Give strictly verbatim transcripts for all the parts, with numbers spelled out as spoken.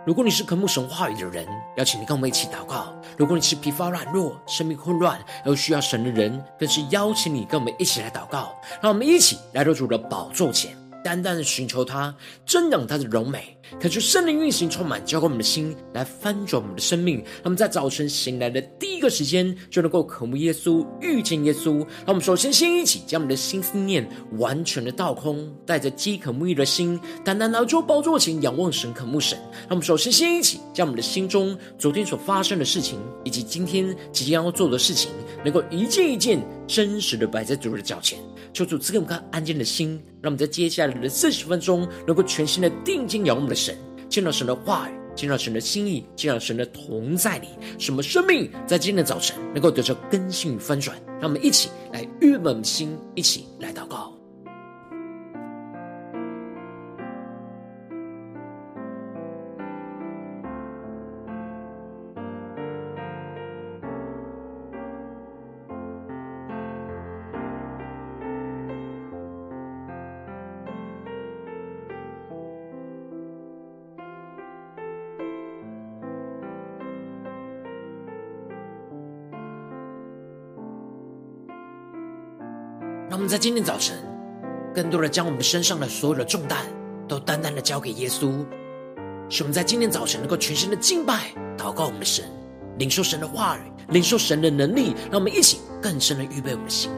如果你是渴慕神话语的人，邀请你跟我们一起祷告。如果你是疲乏软弱、生命混乱而需要神的人，更是邀请你跟我们一起来祷告。让我们一起来到主的宝座前，单单的寻求他，瞻仰他的荣美，恳求圣灵运行充满，浇灌我们的心，来翻转我们的生命。让我们在早晨醒来的第一个时间，就能够渴慕耶稣，遇见耶稣。让我们首先先一起将我们的心思念完全的倒空，带着饥渴沐浴的心，单单来到宝座前仰望神，渴慕神。让我们首先先一起将我们的心中昨天所发生的事情，以及今天即将要做的事情，能够一件一件真实的摆在主的脚前。求主赐给我们安静的心，让我们在接下来的四十分钟，能够全心的定睛仰望我们的神，见到神的话语，见到神的心意，见到神的同在里，使我们生命在今天的早晨能够得到更新与翻转。让我们一起来预备我们的心，一起来祷告。让我们在今天早晨更多的将我们身上的所有的重担都单单的交给耶稣，使我们在今天早晨能够全心的敬拜祷告我们的神，领受神的话语，领受神的能力。让我们一起更深的预备我们的心。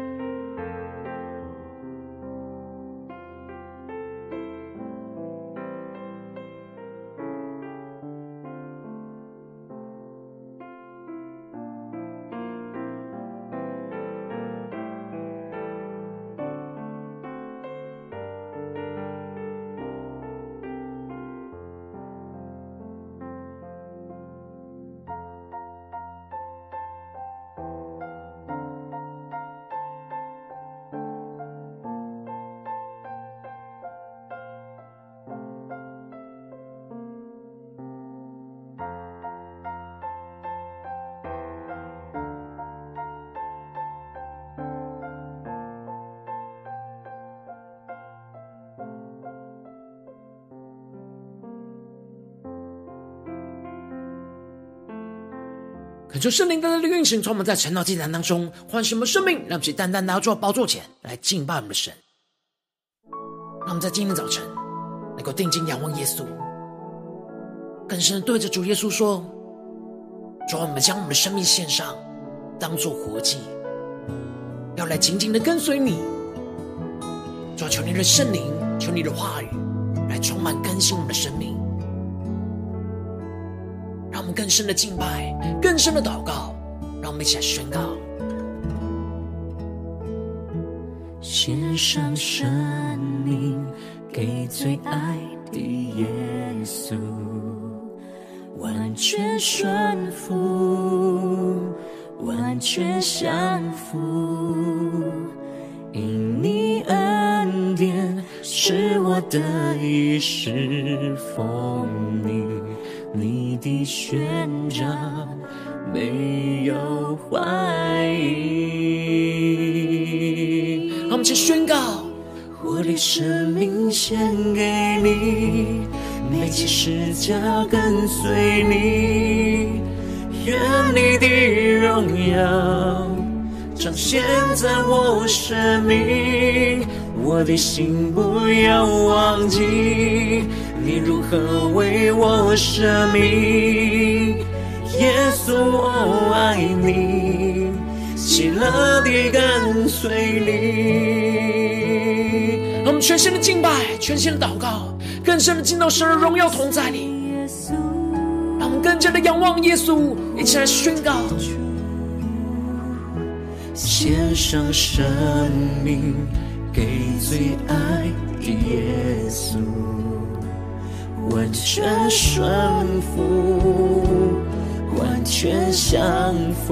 恳求圣灵单单的运行，从我们在晨祷祭坛当中唤醒我们生命，让我们去单单拿到宝座前来敬拜我们的神。让我们在今天早晨能够定睛仰望耶稣，更深的对着主耶稣说：主啊，我们将我们的生命献上，当作活祭，要来紧紧的跟随你。主啊，求你的圣灵，求你的话语来充满更新我们的生命，让我们更深的敬拜，更深的祷告。让我们一起来宣告： 献上生命给最爱的耶稣，完全顺服，完全降服，因你恩典是我得以侍奉你，你的宣召没有怀疑。 让我们一起宣告： 我的生命献给你，每起十架跟随你，愿你的荣耀彰显在我生命，我的心不要忘记你如何为我舍命。耶稣，我爱你，喜乐地跟随你。 让我们全心的敬拜，全心的祷告，更深的进到神的荣耀同在里。让我们更加的仰望耶稣，一起来宣告： 献上生命给最爱的耶稣，完全顺服，完全降服，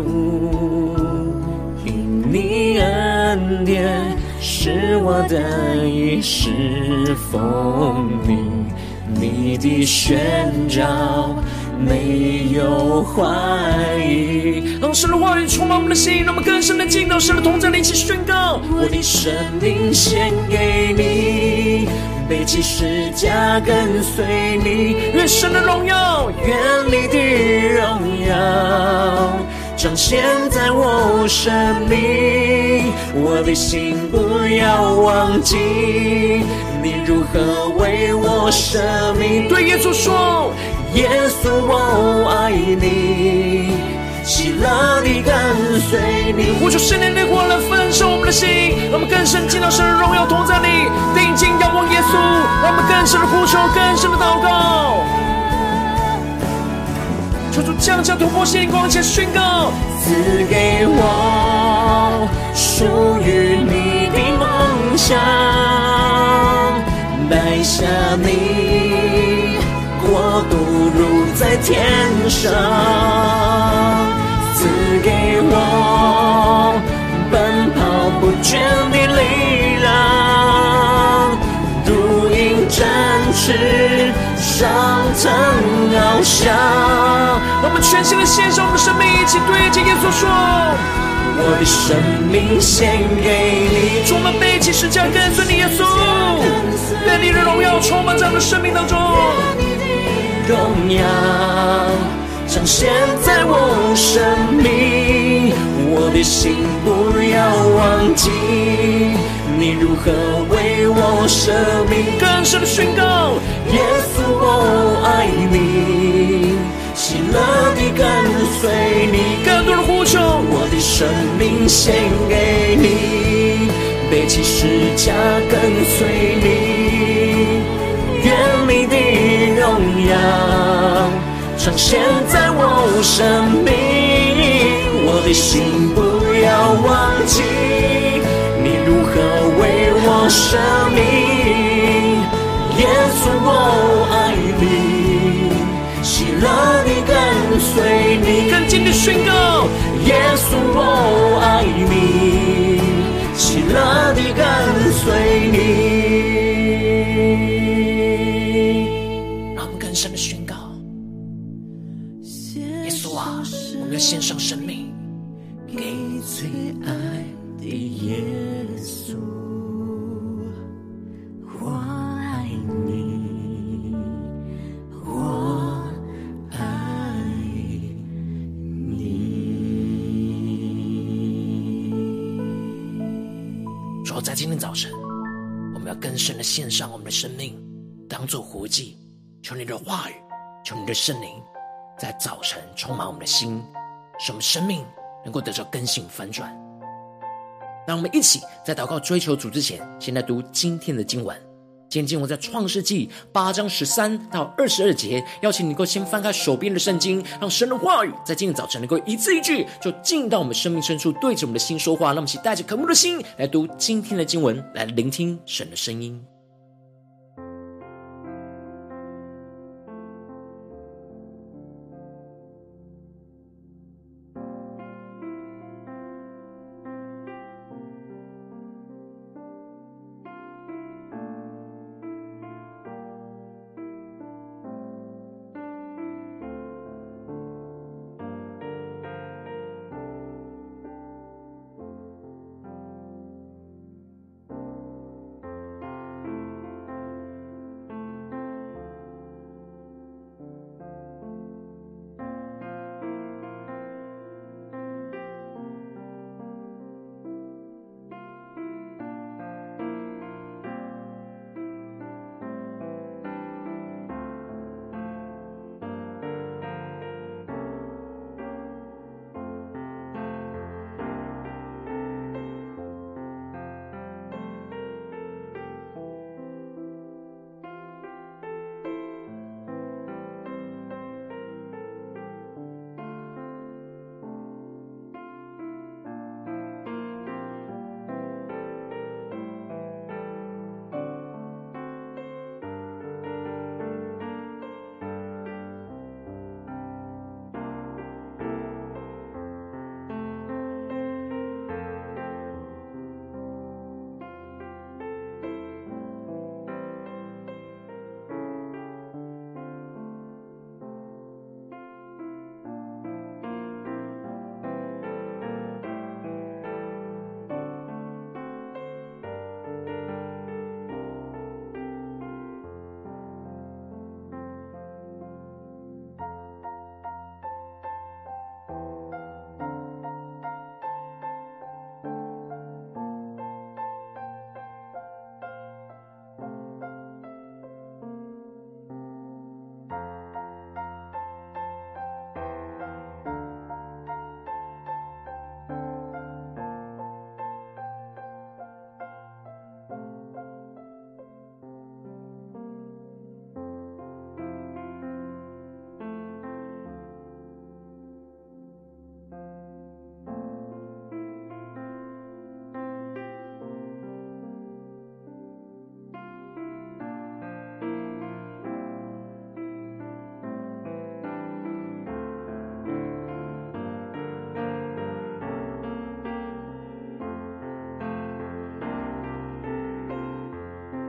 因你恩典是我的一世风靡，你的宣召没有怀疑。 让神的话语充满我们的心，让我们更深的进到神的同在里，一起宣告： 我的生命献给你，被起十架跟随你。 愿神的荣耀， 愿你的荣耀彰显在我生命，我的心不要忘记你如何为我舍命。 对耶稣说， 耶稣我爱你，喜乐地跟随你。 呼求圣灵的火来焚烧我们的心，让我们更深进到神的荣耀同在里，定睛仰望耶稣，让我们更深的呼求，更深的祷告，求主降下突破性灵光，且宣告： 赐给我属于你的梦想，带下你国度如在天上。赐给我奔跑不倦的力量，如鹰展翅上腾翱翔。 让我们全心的献上我们的生命，一起对着耶稣说： 我的生命献给你。 主，我们背起十架跟随你耶稣，愿你的荣耀充满在我们的生命当中， 荣耀彰显在我生命，我的心不要忘记你如何为我舍命。 更深的宣告： 耶稣我爱你，喜乐地跟随你。 更多的呼求， 我的生命献给你，背起十架跟随你。愿你的荣耀彰显在我生命，我的心不要忘记你如何为我舍命。耶稣我爱你，喜乐地跟随你。 更坚定宣告： 耶稣我爱你，喜乐地跟随你。 让我们更深的宣告：耶稣啊，我们要献上生命给你最爱的耶稣，我爱你，我爱你。 主要在今天早晨，我们要更深的献上我们的生命，当作活祭。求你的话语，求你的圣灵在早晨充满我们的心，使我们生命能够得到更新翻转。让我们一起在祷告追求主之前，先来读今天的经文。今天经文在创世纪八章十三到二十二节，邀请你能够先翻开手边的圣经，让神的话语在今天早晨能够一字一句就进到我们生命深处，对着我们的心说话。让我们一起带着渴慕的心来读今天的经文，来聆听神的声音。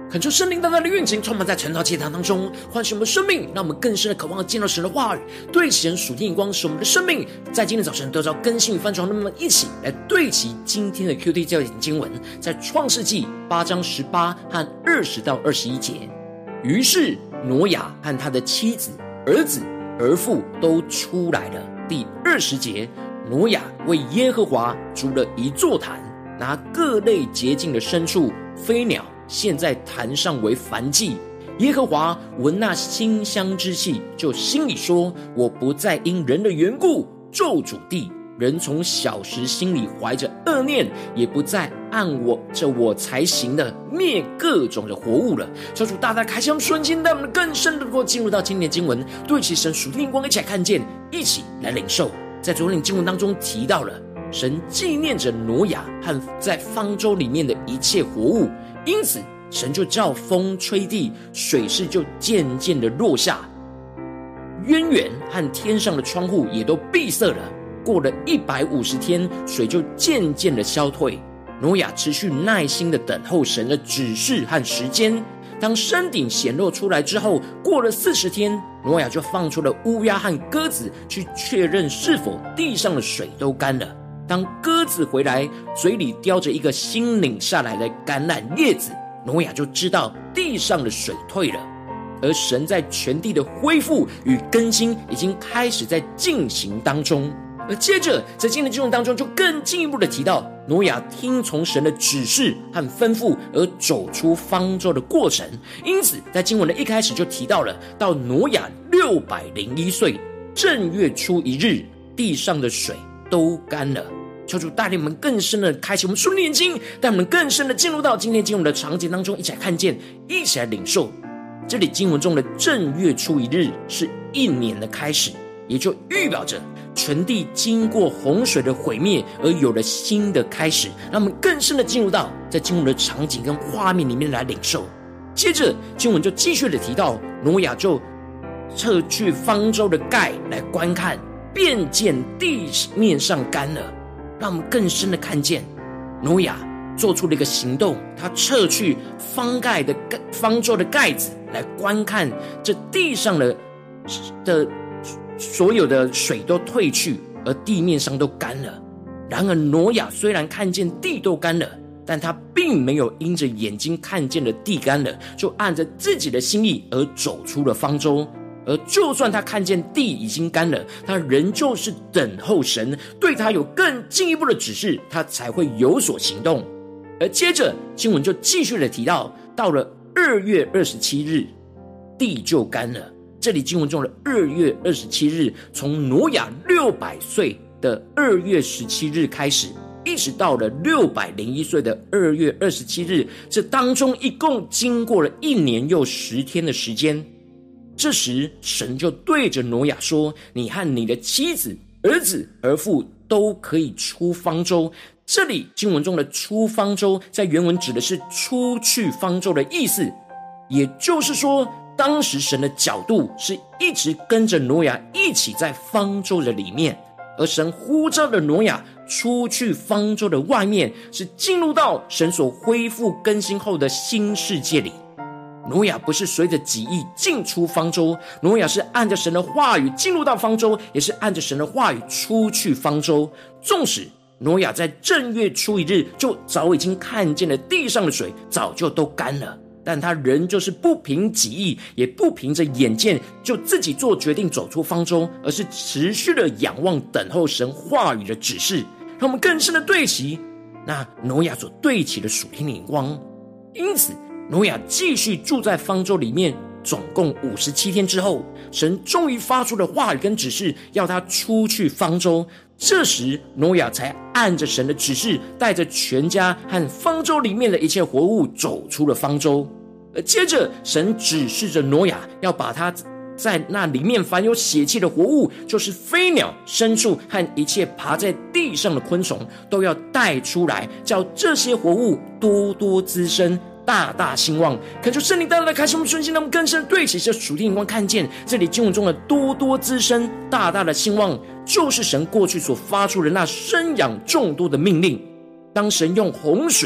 恳求圣灵大大的运行，充满在晨祷祭坛当中，唤醒我们的生命，让我们更深的渴望见到神的话语，对齐神属天眼光，使我们的生命在今天早晨得到更新与翻转。那么一起来对齐今天的 Q T 教点经文，在创世纪八章十八和二十到二十一节。于是挪亚和他的妻子、儿子、儿妇都出来了。第二十节，挪亚为耶和华筑了一座坛，拿各类洁净的牲畜、飞鸟献在坛上为燔祭。耶和华闻那馨香之气，就心里说：我不再因人的缘故咒诅地，人从小时心里怀着恶念，也不再按我这我才行的灭各种的活物了。求主大大开箱瞬间，让我们更深的能够进入到今天的经文，对其神属天光一起来看见，一起来领受。在昨天经文当中提到了神纪念着挪亚和在方舟里面的一切活物，因此神就叫风吹地，水势就渐渐的落下，渊源和天上的窗户也都闭塞了。过了一百五十天，水就渐渐的消退。挪亚持续耐心的等候神的指示和时间。当山顶显露出来之后，过了四十天，挪亚就放出了乌鸦和鸽子，去确认是否地上的水都干了。当鸽子回来，嘴里叼着一个新拧下来的橄榄叶子，挪亚就知道地上的水退了。而神在全地的恢复与更新已经开始在进行当中。而接着在今天的经文当中，就更进一步的提到挪亚听从神的指示和吩咐而走出方舟的过程。因此在经文的一开始就提到了，到挪亚六百零一岁正月初一日，地上的水都干了。求主带领我们更深的开启我们属灵眼睛，带我们更深的进入到今天经文的场景当中，一起来看见，一起来领受。这里经文中的正月初一日是一年的开始，也就预表着全地经过洪水的毁灭而有了新的开始。让我们更深的进入到在经文的场景跟画面里面来领受。接着经文就继续的提到，挪亚就撤去方舟的盖来观看，便见地面上干了。让我们更深的看见挪亚做出了一个行动，他撤去方盖的方舟的盖子来观看这地上的的所有的水都退去，而地面上都干了。然而挪亚虽然看见地都干了，但他并没有因着眼睛看见了地干了，就按着自己的心意而走出了方舟。而就算他看见地已经干了，他仍旧是等候神对他有更进一步的指示，他才会有所行动。而接着经文就继续的提到，到了二月二十七日，地就干了。这里经文中的二月二十七日，从挪亚六百岁的二月十七日开始，一直到了六百零一岁的二月二十七日，这当中一共经过了一年又十天的时间。这时神就对着挪亚说，你和你的妻子、儿子、儿妇都可以出方舟。这里经文中的出方舟在原文指的是出去方舟的意思，也就是说当时神的角度是一直跟着挪亚一起在方舟的里面，而神呼召的挪亚出去方舟的外面，是进入到神所恢复更新后的新世界里。挪亚不是随着己意进出方舟，挪亚是按着神的话语进入到方舟，也是按着神的话语出去方舟。纵使挪亚在正月初一日就早已经看见了地上的水早就都干了，但他仍旧是不凭己意，也不凭着眼见就自己做决定走出方舟，而是持续的仰望等候神话语的指示，让我们更深的对齐那挪亚所对齐的属天眼光。因此挪亚继续住在方舟里面，总共五十七天之后，神终于发出了话语跟指示，要他出去方舟。这时挪亚才按着神的指示，带着全家和方舟里面的一切活物走出了方舟。而接着神指示着挪亚，要把他在那里面凡有血气的活物，就是飞鸟、牲畜和一切爬在地上的昆虫，都要带出来，叫这些活物多多滋生，大大兴旺。恳求圣灵大大的开启我们顺心，让我们更深对齐这属天眼光，看见这里经文中的多多滋生、大大的兴旺，就是神过去所发出的那生养众多的命令。当神用洪水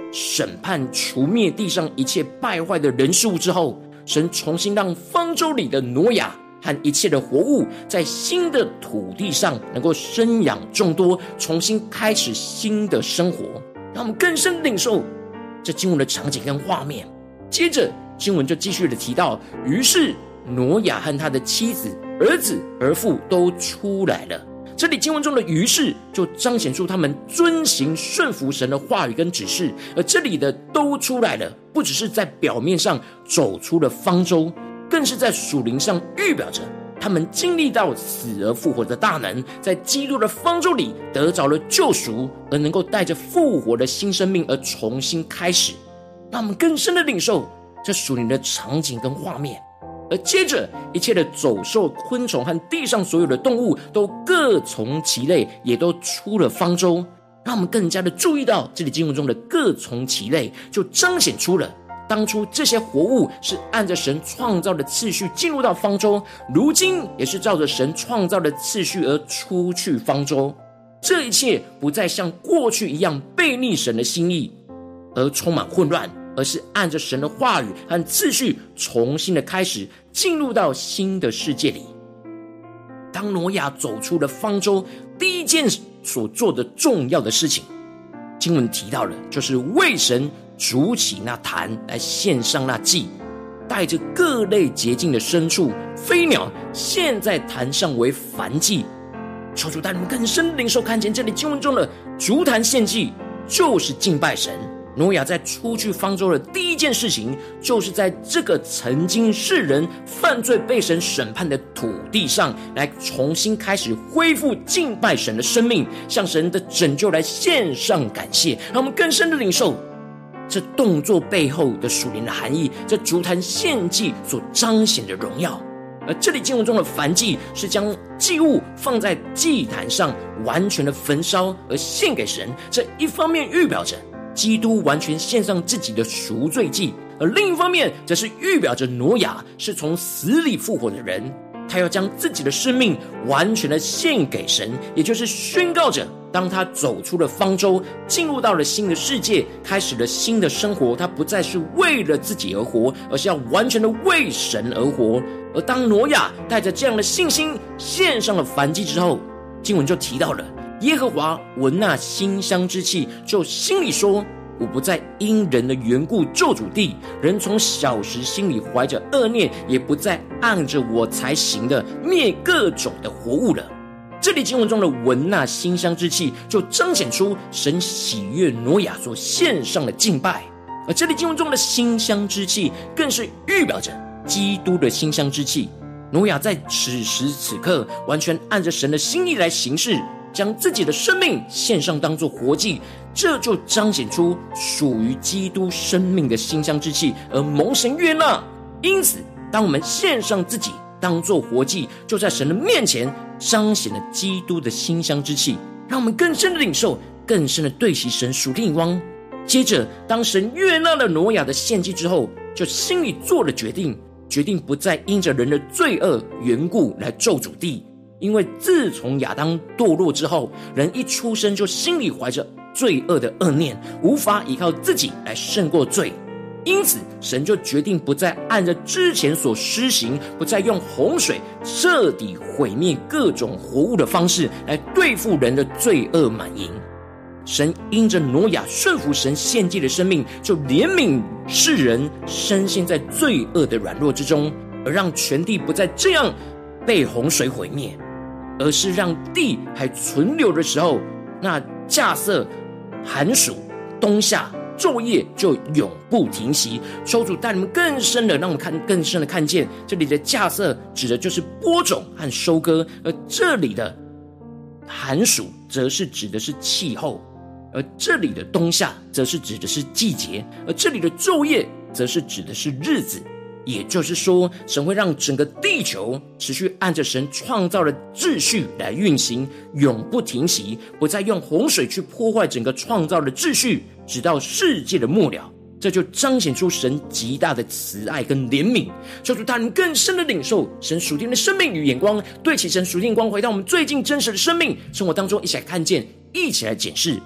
审判除灭地上一切败坏的人事物之后，神重新让方舟里的挪亚和一切的活物在新的土地上能够生养众多，重新开始新的生活。让我们更深领受这经文的场景跟画面。接着经文就继续的提到，于是挪亚和他的妻子、儿子、儿妇都出来了。这里经文中的于是就彰显出他们遵行顺服神的话语跟指示，而这里的都出来了，不只是在表面上走出了方舟，更是在属灵上预表着他们经历到死而复活的大能，在基督的方舟里得着了救赎，而能够带着复活的新生命而重新开始。让我们更深的领受这属灵的场景跟画面。而接着一切的走兽、昆虫和地上所有的动物都各从其类，也都出了方舟。让我们更加的注意到这里经文中的各从其类，就彰显出了当初这些活物是按着神创造的次序进入到方舟，如今也是照着神创造的次序而出去方舟。这一切不再像过去一样背逆神的心意而充满混乱，而是按着神的话语和次序重新的开始进入到新的世界里。当挪亚走出了方舟，第一件所做的重要的事情，经文提到了，就是为神筑起那坛来献上那祭，带着各类洁净的牲畜、飞鸟献在坛上为燔祭。求主带你们更深领受看见这里经文中的筑坛献祭就是敬拜神。挪亚在出去方舟的第一件事情，就是在这个曾经世人犯罪被神审判的土地上，来重新开始恢复敬拜神的生命，向神的拯救来献上感谢。让我们更深的领受这动作背后的属灵的含义，这筑坛献祭所彰显的荣耀。而这里经文中的燔祭是将祭物放在祭坛上完全的焚烧而献给神，这一方面预表着基督完全献上自己的赎罪祭，而另一方面则是预表着挪亚是从死里复活的人，他要将自己的生命完全的献给神，也就是宣告着当他走出了方舟，进入到了新的世界，开始了新的生活，他不再是为了自己而活，而是要完全的为神而活。而当挪亚带着这样的信心献上了燔祭之后，经文就提到了耶和华闻那馨香之气，就心里说，我不再因人的缘故咒诅地，人从小时心里怀着恶念，也不再按着我才行的灭各种的活物了。这里经文中的闻那馨香之气，就彰显出神喜悦挪亚所献上的敬拜。而这里经文中的馨香之气，更是预表着基督的馨香之气。挪亚在此时此刻完全按着神的心意来行事，将自己的生命献上当作活祭，这就彰显出属于基督生命的馨香之气，而蒙神悦纳。因此当我们献上自己当作活祭，就在神的面前彰显了基督的馨香之气，让我们更深的领受，更深的对齐神属天眼光。接着当神悦纳了挪亚的献祭之后，就心里做了决定，决定不再因着人的罪恶缘故来咒诅地。因为自从亚当堕落之后，人一出生就心里怀着罪恶的恶念，无法依靠自己来胜过罪，因此神就决定不再按着之前所施行，不再用洪水彻底毁灭各种活物的方式来对付人的罪恶满盈。神因着挪亚顺服神献祭的生命，就怜悯世人深陷在罪恶的软弱之中，而让全地不再这样被洪水毁灭，而是让地还存留的时候，那稼穑、寒暑、冬夏、昼夜就永不停息。求主带你们更深的，让我们看更深的看见，这里的稼穑指的就是播种和收割，而这里的寒暑则是指的是气候，而这里的冬夏则是指的是季节，而这里的昼夜则是指的是日子。也就是说，神会让整个地球持续按着神创造的秩序来运行，永不停息，不再用洪水去破坏整个创造的秩序，直到世界的末了。这就彰显出神极大的慈爱跟怜悯。求主带领更深的领受神属天的生命与眼光，对齐神属天光，回到我们最近真实的生命生活当中，一起来看见，一起来检视。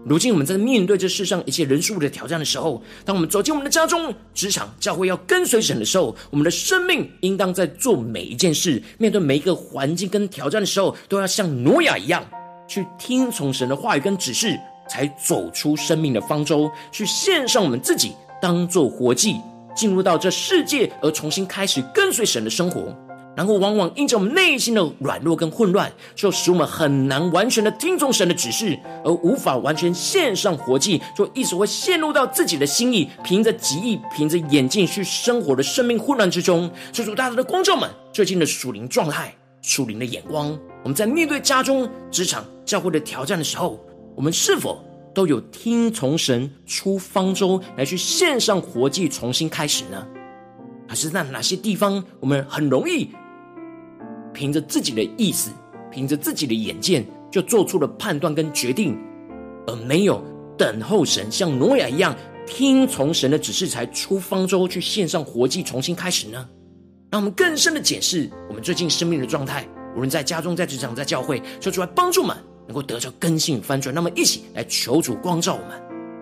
如今我们在面对这世上一切人数的挑战的时候，当我们走进我们的家中、职场、教会要跟随神的时候，我们的生命应当在做每一件事，面对每一个环境跟挑战的时候，都要像挪亚一样，去听从神的话语跟指示，才走出生命的方舟，去献上我们自己当作活祭，进入到这世界，而重新开始跟随神的生活。然后往往因着我们内心的软弱跟混乱，就使我们很难完全的听从神的指示，而无法完全献上活祭，就一直会陷入到自己的心意，凭着己意，凭着眼镜去生活的生命混乱之中。所以说大家的观众们最近的属灵状态、属灵的眼光，我们在面对家中、职场、教会的挑战的时候，我们是否都有听从神出方舟来去献上活祭，重新开始呢？还是在哪些地方我们很容易凭着自己的意思，凭着自己的眼见，就做出了判断跟决定，而没有等候神，像挪亚一样听从神的指示，才出方舟去献上活祭，重新开始呢？让我们更深的检视我们最近生命的状态，无论在家中、在职场、在教会，求主来帮助我们能够得着更新与翻转。那么一起来求主光照我们。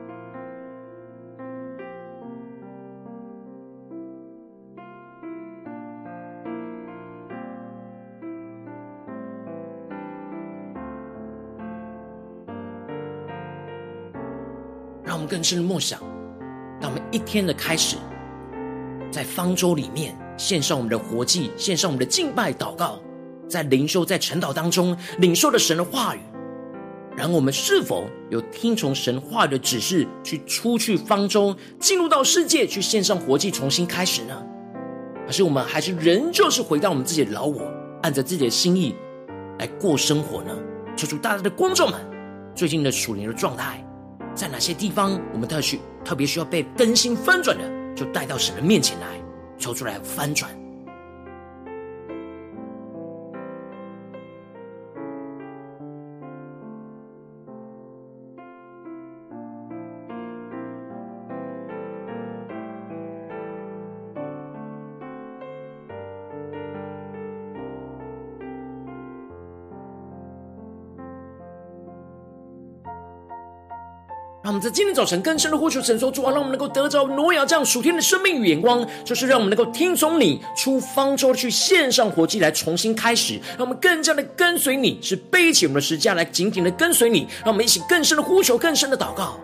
让我们更深的默想，让我们一天的开始，在方舟里面献上我们的活祭，献上我们的敬拜祷告，在灵修、在晨祷当中领受了神的话语。然后我们是否有听从神话语的指示，去出去方舟，进入到世界，去献上活祭，重新开始呢？还是我们还是仍旧是回到我们自己的老我，按着自己的心意来过生活呢？求主大家的观众们最近的属灵的状态，在哪些地方我们特需特别需要被更新翻转的，就带到神的面前来，求出来翻转。让我们在今天早晨更深的呼求神说，主啊，让我们能够得着挪亚这样属天的生命与眼光，就是让我们能够听从你出方舟去献上活祭，来重新开始，让我们更加的跟随你，是背起我们的十字架来紧紧的跟随你。让我们一起更深的呼求，更深的祷告。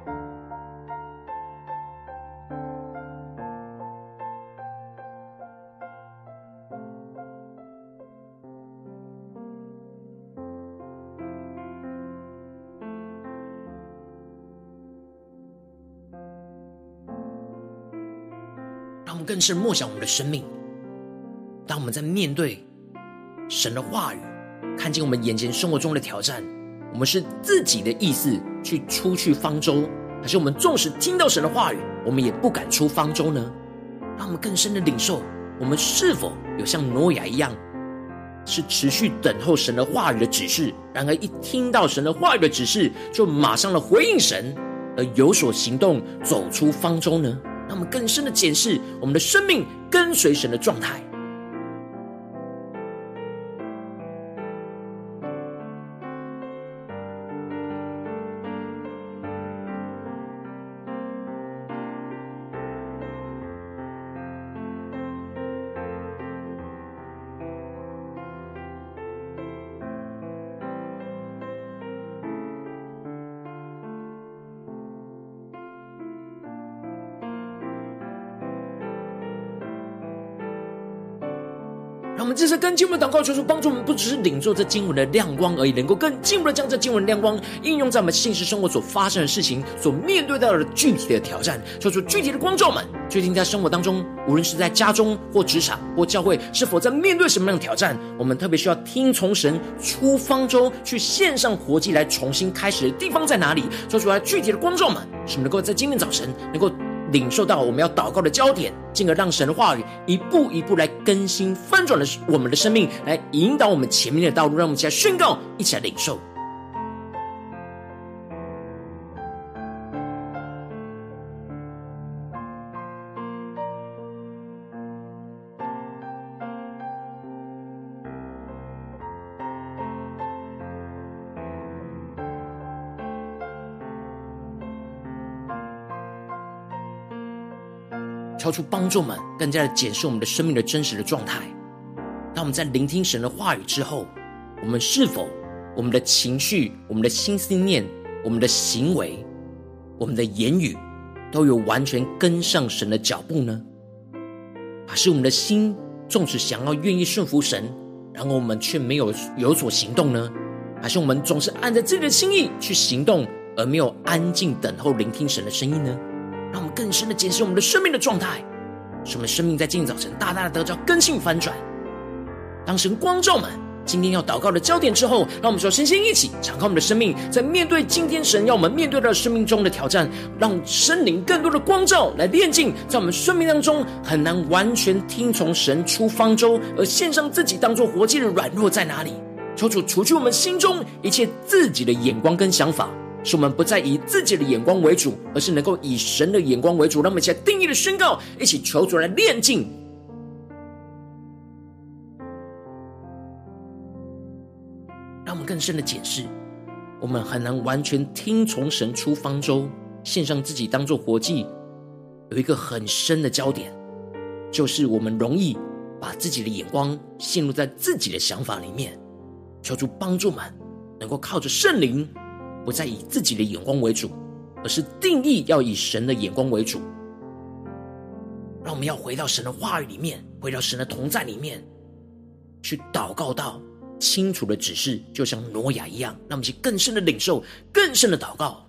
让我们更深默想我们的生命，当我们在面对神的话语，看见我们眼前生活中的挑战，我们是自己的意思去出去方舟，还是我们纵使听到神的话语，我们也不敢出方舟呢？让我们更深的领受，我们是否有像挪亚一样，是持续等候神的话语的指示，然而一听到神的话语的指示，就马上的回应神，而有所行动，走出方舟呢？让我们更深的检视我们的生命跟随神的状态。让我们这次跟经文祷告，求主帮助我们，不只是领受这经文的亮光而已，能够更进一步的将这经文亮光应用在我们现实生活所发生的事情，所面对到的具体的挑战。求主具体的光照们，最近在生活当中，无论是在家中或职场或教会，是否在面对什么样的挑战，我们特别需要听从神出方舟去献上活祭来重新开始的地方在哪里？求主来具体的光照们，使我们能够在今天早晨能够领受到我们要祷告的焦点，进而让神的话语一步一步来更新翻转了我们的生命，来引导我们前面的道路。让我们一起来宣告，一起来领受。 求主帮助我们更加的检视我们的生命的真实的状态。当我们在聆听神的话语之后，我们是否我们的情绪、我们的心思念、我们的行为、我们的言语都有完全跟上神的脚步呢？还是我们的心纵使想要愿意顺服神，然后我们却没有有所行动呢？还是我们总是按着自己的心意去行动，而没有安静等候聆听神的声音呢？让我们更深的检视我们的生命的状态，使我们生命在今天早晨大大的得着更新翻转。当神光照们今天要祷告的焦点之后，让我们首先先一起敞开我们的生命，在面对今天神要我们面对的生命中的挑战，让圣灵更多的光照来炼净在我们生命当中很难完全听从神出方舟而献上自己当作活祭的软弱在哪里。求主除去我们心中一切自己的眼光跟想法，使我们不再以自己的眼光为主，而是能够以神的眼光为主。让我们一起来定义的宣告，一起求主来炼净，让我们更深的检视我们很难完全听从神出方舟献上自己当作活祭。有一个很深的焦点，就是我们容易把自己的眼光陷入在自己的想法里面。求主帮助们能够靠着圣灵，不再以自己的眼光为主，而是定义要以神的眼光为主。让我们要回到神的话语里面，回到神的同在里面，去祷告到清楚的指示，就像挪亚一样。让我们去更深的领受，更深的祷告。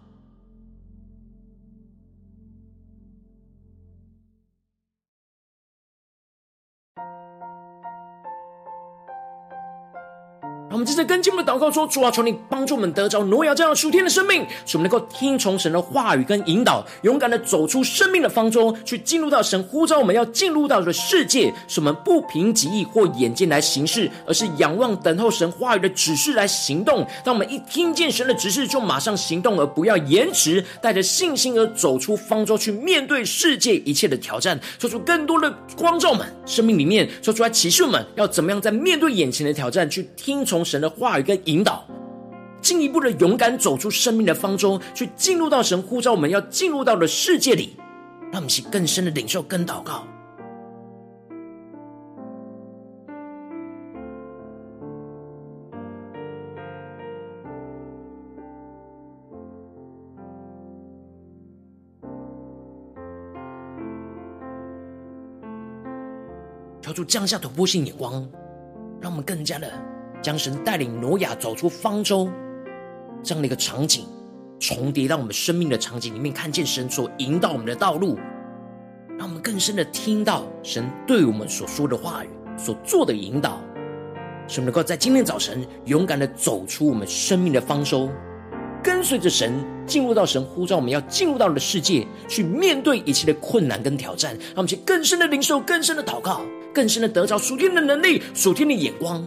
让我们接着跟进我们的祷告说，主啊，求你帮助我们得着挪亚这样属天的生命，使我们能够听从神的话语跟引导，勇敢的走出生命的方舟，去进入到神呼召我们要进入到的世界。使我们不凭己意或眼见来行事，而是仰望等候神话语的指示来行动。当我们一听见神的指示，就马上行动，而不要延迟，带着信心而走出方舟，去面对世界一切的挑战。说出更多的光照们生命里面，说出来启示我们要怎么样在面对眼前的挑战，去听从神的话语跟引导，进一步的勇敢走出生命的方舟，去进入到神呼召我们要进入到的世界里。让我们一起更深的领受跟祷告。求主降下突破性眼光，让我们更加的将神带领挪亚走出方舟这样的一个场景重叠到我们生命的场景里面，看见神所引导我们的道路，让我们更深的听到神对我们所说的话语，所做的引导，使我们能够在今天早晨勇敢的走出我们生命的方舟，跟随着神进入到神呼召我们要进入到的世界，去面对一切的困难跟挑战。让我们去更深的领受，更深的祷告，更深的得着属天的能力，属天的眼光。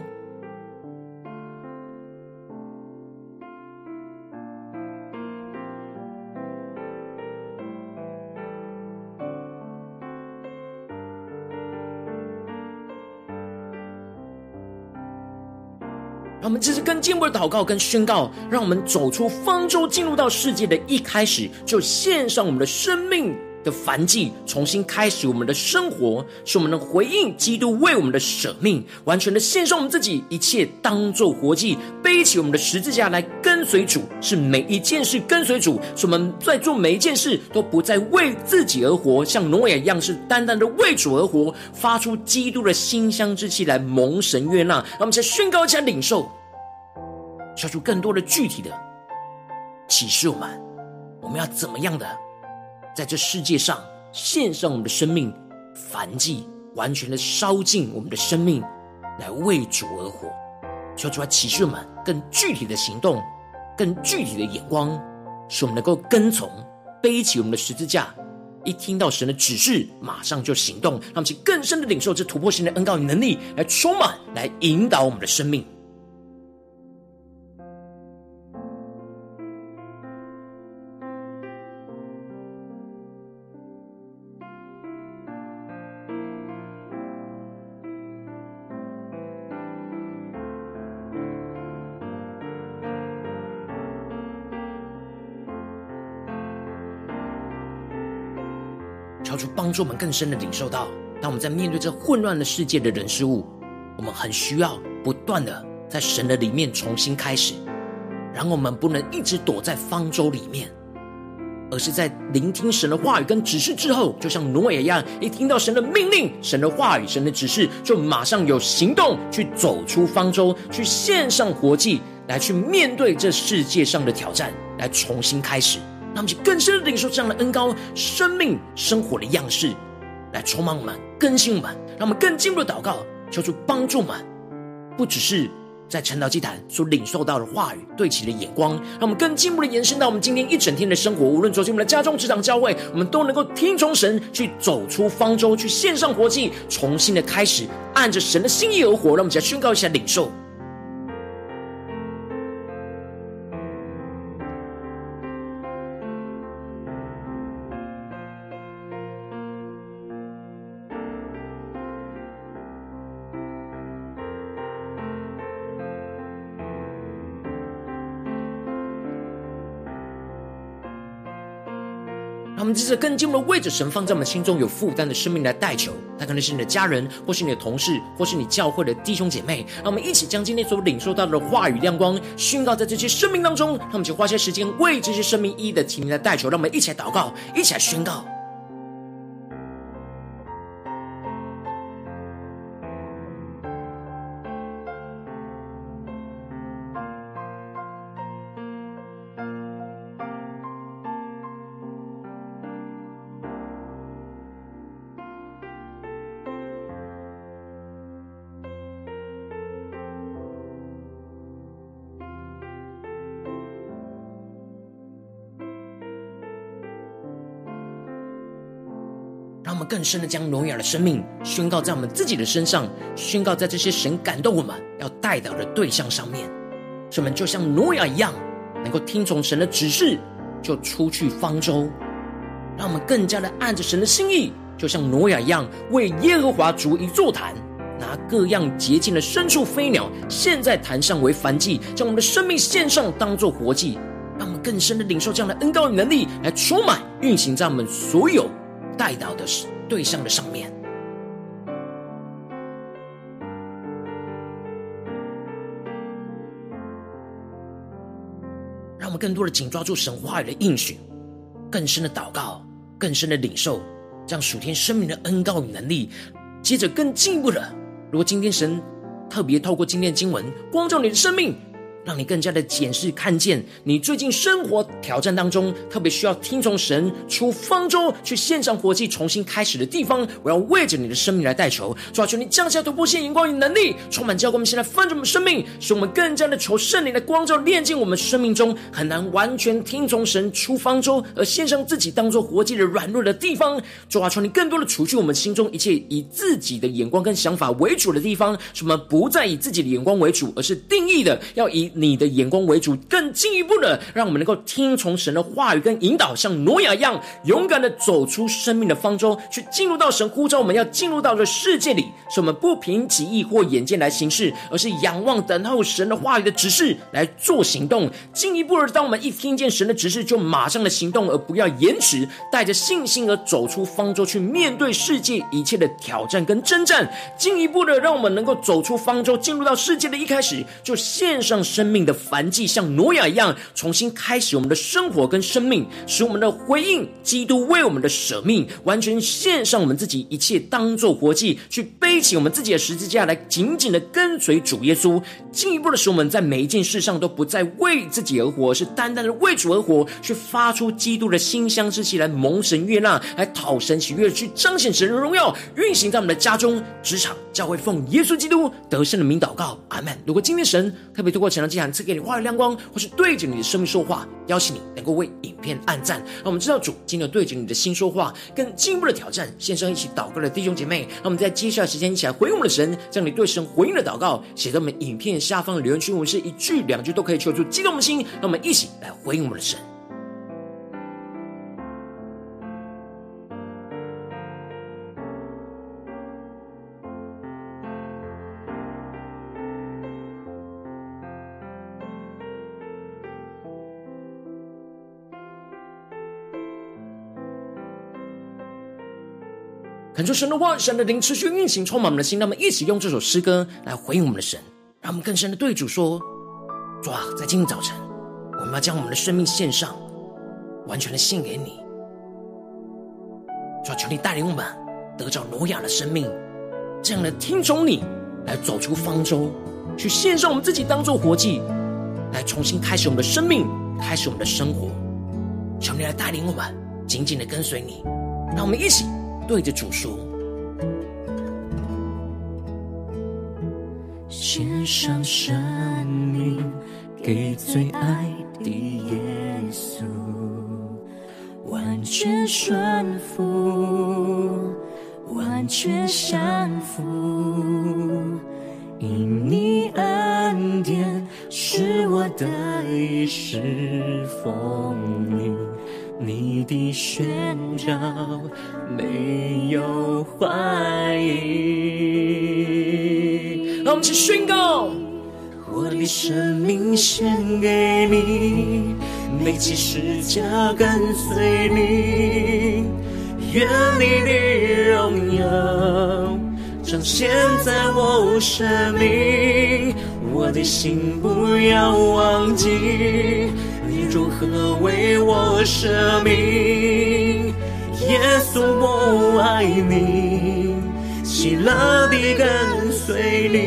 让我们这是更进一步的祷告跟宣告，让我们走出方舟，进入到世界的一开始，就献上我们的生命的燔祭，重新开始我们的生活，使我们能回应基督为我们的舍命，完全的献上我们自己，一切当作活祭，背起我们的十字架来跟随主。是每一件事跟随主，使我们在做每一件事都不再为自己而活，像挪亚一样，是单单的为主而活，发出基督的馨香之气来蒙神悦纳。让我们再宣告一下领受，说出更多的具体的启示我们，我们要怎么样的在这世界上献上我们的生命燔祭，完全的烧尽我们的生命来为主而活。求主来启示我们更具体的行动，更具体的眼光，使我们能够跟从，背起我们的十字架，一听到神的指示马上就行动。让我们去更深的领受这突破性的恩膏与能力，来充满，来引导我们的生命。 求主帮助我们更深的领受到，当我们在面对这混乱的世界的人事物，我们很需要不断的在神的里面重新开始，然后我们不能一直躲在方舟里面，而是在聆听神的话语跟指示之后，就像挪亚一样，一听到神的命令、神的话语、神的指示，就马上有行动去走出方舟，去献上活祭，来去面对这世界上的挑战，来重新开始。让我们去更深的领受这样的恩膏生命生活的样式，来充满我们，更新我们，让我们更进一步的祷告，求主帮助我们，不只是在晨祷祭坛所领受到的话语对齐的眼光，让我们更进一步的延伸到我们今天一整天的生活，无论走进我们的家中、职场、教会，我们都能够听从神，去走出方舟，去献上活祭，重新的开始，按着神的心意而活。让我们再宣告一下领受。让我们接着更进一步的为着神放在我们心中有负担的生命来代求，他可能是你的家人，或是你的同事，或是你教会的弟兄姐妹。让我们一起将今天所领受到的话语亮光宣告在这些生命当中，让我们一起花些时间为这些生命一一的提名来代求。让我们一起来祷告，一起来宣告。让我们更深的将挪亚的生命宣告在我们自己的身上，宣告在这些神感动我们要带导的对象上面，使我们就像挪亚一样，能够听从神的指示，就出去方舟。让我们更加的按着神的心意，就像挪亚一样，为耶和华筑一座坛，拿各样洁净的牲畜飞鸟献在坛上为燔祭，将我们的生命献上当作活祭。让我们更深的领受这样的恩膏与能力，来充满运行在我们所有带导的对象的上面。让我们更多的紧抓住神话语的应许，更深的祷告，更深的领受这样属天生命的恩膏与能力。接着更进一步的，如果今天神特别透过今天的经文光照你的生命，让你更加的检视看见你最近生活挑战当中特别需要听从神出方舟去献上活祭重新开始的地方，我要为着你的生命来代求。主啊，求你降下突破性眼光与能力，充满教灌我们现在翻转我们生命，使我们更加的求圣灵的光照炼净我们生命中很难完全听从神出方舟而献上自己当作活祭的软弱的地方。主啊，求你更多的除去我们心中一切以自己的眼光跟想法为主的地方，使我们不再以自己的眼光为主，而是定义的要以你的眼光为主，更进一步的让我们能够听从神的话语跟引导，像挪亚一样勇敢的走出生命的方舟，去进入到神呼召我们要进入到的世界里，使我们不凭己意或眼见来行事，而是仰望等候神的话语的指示来做行动。进一步的，当我们一听见神的指示就马上的行动，而不要延迟，带着信心而走出方舟，去面对世界一切的挑战跟征战。进一步的让我们能够走出方舟，进入到世界的一开始就献上生命的燔祭，像挪亚一样重新开始我们的生活跟生命，使我们的回应基督为我们的舍命，完全献上我们自己一切当作活祭，去背起我们自己的十字架来紧紧的跟随主耶稣。进一步的使我们在每一件事上都不再为自己而活，是单单的为主而活，去发出基督的馨香之气，来蒙神悦纳，来讨神喜悦，去彰显神的荣耀，运行在我们的家中、职场、教会，奉耶稣基督得胜的名祷告，阿们。如果今天神特别透过晨祷祭坛赐给你话语亮光，或是对着你的生命说话，邀请你能够为影片按赞，让我们知道主今天对着你的心说话，更进一步的挑战线上一起祷告的弟兄姐妹，让我们在接下来时间一起来回应我们的神，将你对神回应的祷告写在我们影片下方的留言区，我们是一句两句都可以求助激动我们的心，让我们一起来回应我们的神。 恳求神的话语、神的灵持续运行，充满我们的心。让我们一起用这首诗歌来回应我们的神，让我们更深的对主说：主啊，在今天早晨，我们要将我们的生命献上，完全的献给你。主啊，求你带领我们得着挪亚的生命，这样的听从你，来走出方舟，去献上我们自己当作活祭，来重新开始我们的生命，开始我们的生活。求你来带领我们紧紧的跟随你，让我们一起对着主说： 献上生命给最爱的耶稣，完全顺服，完全降服，因你恩典是我得以侍奉你，你的宣召没有怀疑。 让我们一起宣告： 我的生命献给你，背起十架跟随你，愿你的荣耀彰显在我生命，我的心不要忘记你如何为我舍命。耶稣我爱你，喜乐地跟随你。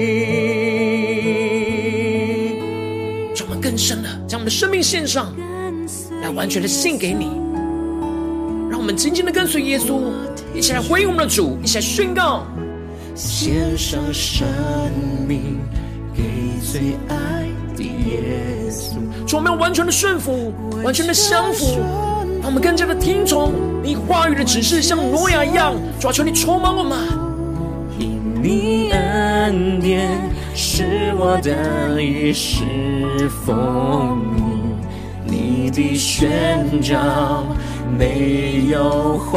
让我们更深的将我们的生命献上，来完全的献给你。让我们紧紧的跟随耶稣，一起来回应我们的主，一起来宣告： 献上生命给最爱的耶稣。 主，我们要完全的顺服，完全的降服，让我们更加的听从你话语的指示，像挪亚一样。主啊，求你充满我们。 因你恩典是我得以侍奉你，你的宣召没有怀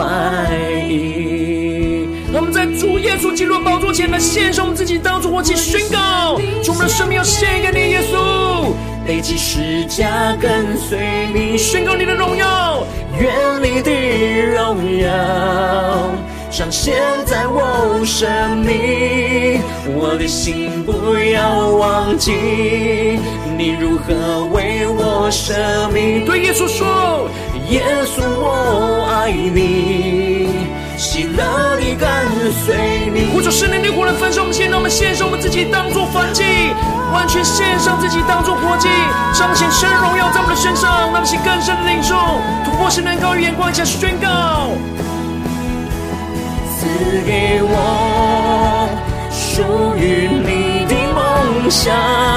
疑。 让我们在主耶稣基督的宝座前来献上我们自己，当作活祭，宣告：主，我们的生命要献给你，耶稣。 背起十架跟随你， 宣告你的荣耀， 愿你的荣耀彰显在我生命，我的心不要忘记你如何为我舍命。 对耶稣说： 耶稣我爱你，喜乐地跟随你。 呼求圣灵的火来焚烧我们心，让我们献上我们自己当作燔祭，完全献上自己当作活祭，彰显神荣耀在我们的身上。让我们更深的领受，突破神能高于眼光，一起宣告： 赐给我属于你的梦想，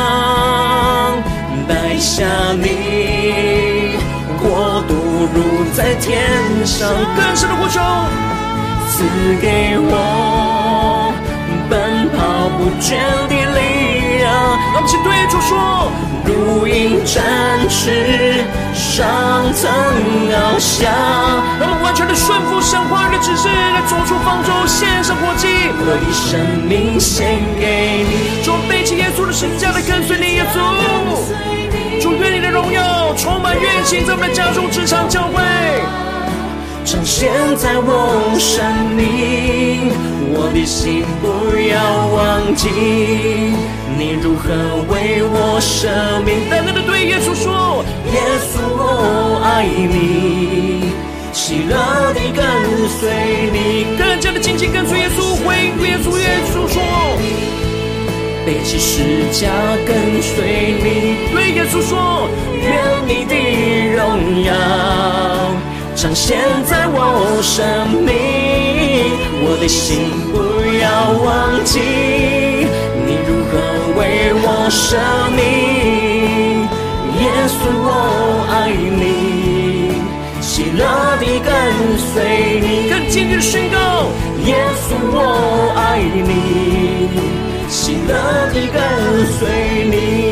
带下你国度如在天上。 更深的呼求， 赐给我奔跑不倦的力量。 让我们一起对主说： 如鹰展翅，上腾翱翔。 让我们完全的顺服神话语的指示，来走出方舟，献上活祭。 我的生命献给你， 主，背起耶稣的十字架来跟随你，耶稣。主，愿你的荣耀充满运行在我们的家中、职场、教会， 彰显在我生命，我的心不要忘记你如何为我舍命。 单单的对耶稣说： 耶稣我爱你，喜乐地跟随你。 更加的紧紧跟随耶稣，回应耶稣。耶稣说： 背起十架跟随你。 对耶稣说： 愿你的荣耀彰显在我生命，我的心不要忘记你如何为我舍命。耶稣我爱你，喜乐地跟随你。 更坚定的宣告： 耶稣我爱你，喜乐地跟随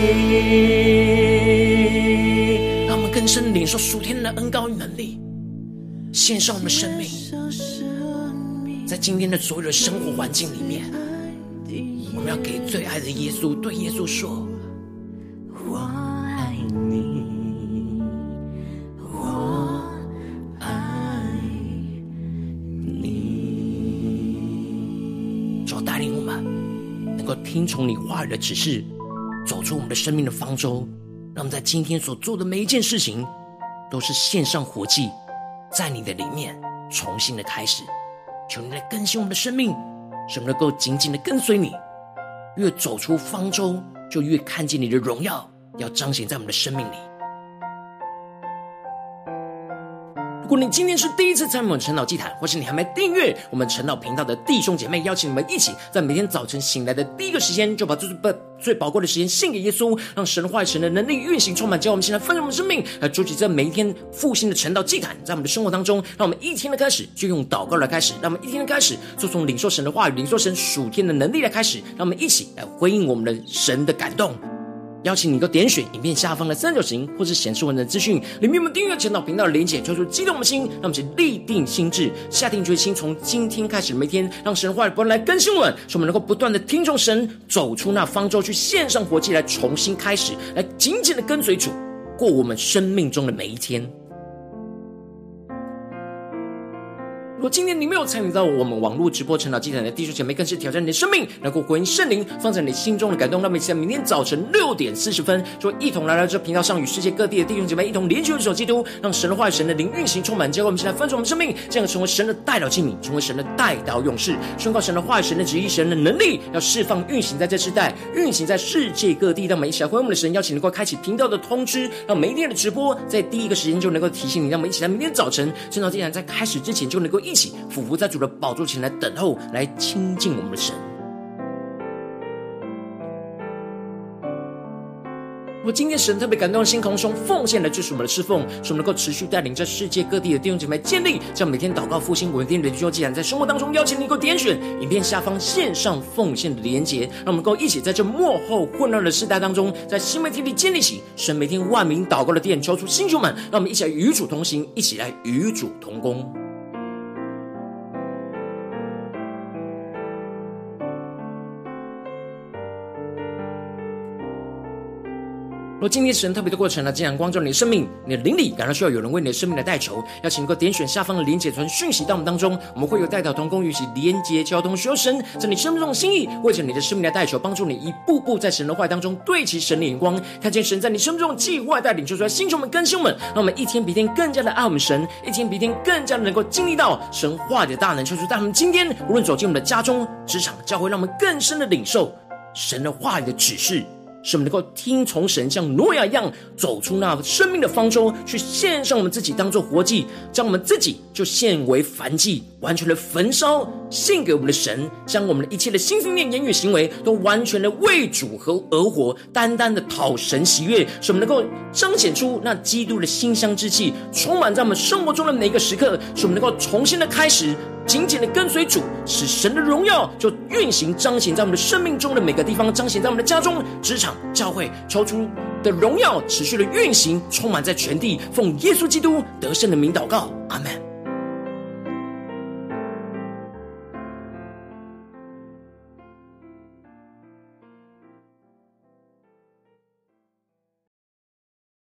你。 让我们更深领受属天的恩膏与能力，献上我们的生命，在今天的所有的生活环境里面，我们要给最爱的耶稣，对耶稣说： 我爱你，我爱你。 领我们能够听从你话语的指示，走出我们的生命的方舟，让我们在今天所做的每一件事情都是献上活祭，在你的里面重新的开始。求你来更新我们的生命，使我们能够紧紧的跟随你，越走出方舟就越看见你的荣耀要彰显在我们的生命里。如果你今天是第一次参与我们晨祷祭坛，或是你还没订阅我们晨祷频道的弟兄姐妹，邀请你们一起在每天早晨醒来的第一个时间，就把最最宝贵的时间献给耶稣，让神的话语、神的能力运行充满，叫我们现在分享我们的生命，来筑起这每一天复兴的晨祷祭坛，在我们的生活当中，让我们一天的开始就用祷告来开始，让我们一天的开始就从领受神的话语、领受神属天的能力来开始，让我们一起来回应我们的神的感动。邀请你能够点选影片下方的三角形，或是显示文字资讯里面我们订阅晨祷频道的连结，求出激动的心，让我们去立定心志，下定决心，从今天开始每天让神的话语不断来更新我们，使我们能够不断的听从神，走出那方舟，去献上活祭，来重新开始，来紧紧的跟随主，过我们生命中的每一天。如果今天你没有参与到我们网络直播晨祷祭坛的弟兄姐妹，更是挑战你的生命，能够回应圣灵放在你心中的感动。让我们一起在明天早晨六点四十分，就一同来到这频道上，与世界各地的弟兄姐妹一同联结为首基督，让神的话语、神的灵运行充满，结果我们现在分盛我们生命，这样成为神的代祷器皿，成为神的代祷勇士，宣告神的话语、神的旨意、神的能力，要释放运行在这世代，运行在世界各地。让我们一起来回应我们的神，邀请能够开启频道的通知，让每一天的直播在第一个时间就能够提醒你。让我们一起在明天早晨晨祷祭坛在开始之前，就能够一起俯伏在主的宝座前来等候，来亲近我们的神。如果今天神特别感动的心，空中奉献的就是我们的侍奉，使我们能够持续带领这世界各地的弟兄姐妹建立这样每天祷告复兴稳定的弟兄祭坛，在生活当中邀请你能够点选影片下方线上奉献的连结，让我们能够一起在这末后混乱的世代当中，在新媒体里建立起神每天万名祷告的殿，求出星球们，让我们一起来与主同行，一起来与主同工。若今天神特别的过程呢，竟然光照你的生命，你的灵里感到需要有人为你的生命来代求，邀请能够点选下方的连结传讯息到我们当中，我们会有代祷同工与其连结交通，需要神在你生命中的心意，为着你的生命来代求，帮助你一步步在神的话语当中对齐神的眼光，看见神在你生命中的计划带领，就出来星球们更新我们，让我们一天比一天更加的爱我们神，一天比一天更加的能够经历到神话语的大能，求主带我们今天无论走进我们的家中、职场、教会，让我们更深的领受神的话语的指示，使我们能够听从神，像挪亚一样走出那生命的方舟，去献上我们自己当作活祭，将我们自己就献为燔祭，完全的焚烧献给我们的神，将我们的一切的心思念、言语、行为都完全的为主和而活，单单的讨神喜悦，使我们能够彰显出那基督的馨香之气，充满在我们生活中的每一个时刻，使我们能够重新的开始紧紧的跟随主，使神的荣耀就运行彰显在我们的生命中的每个地方，彰显在我们的家中、职场、教会，求出的荣耀持续的运行，充满在全地，奉耶稣基督得胜的名祷告，阿们。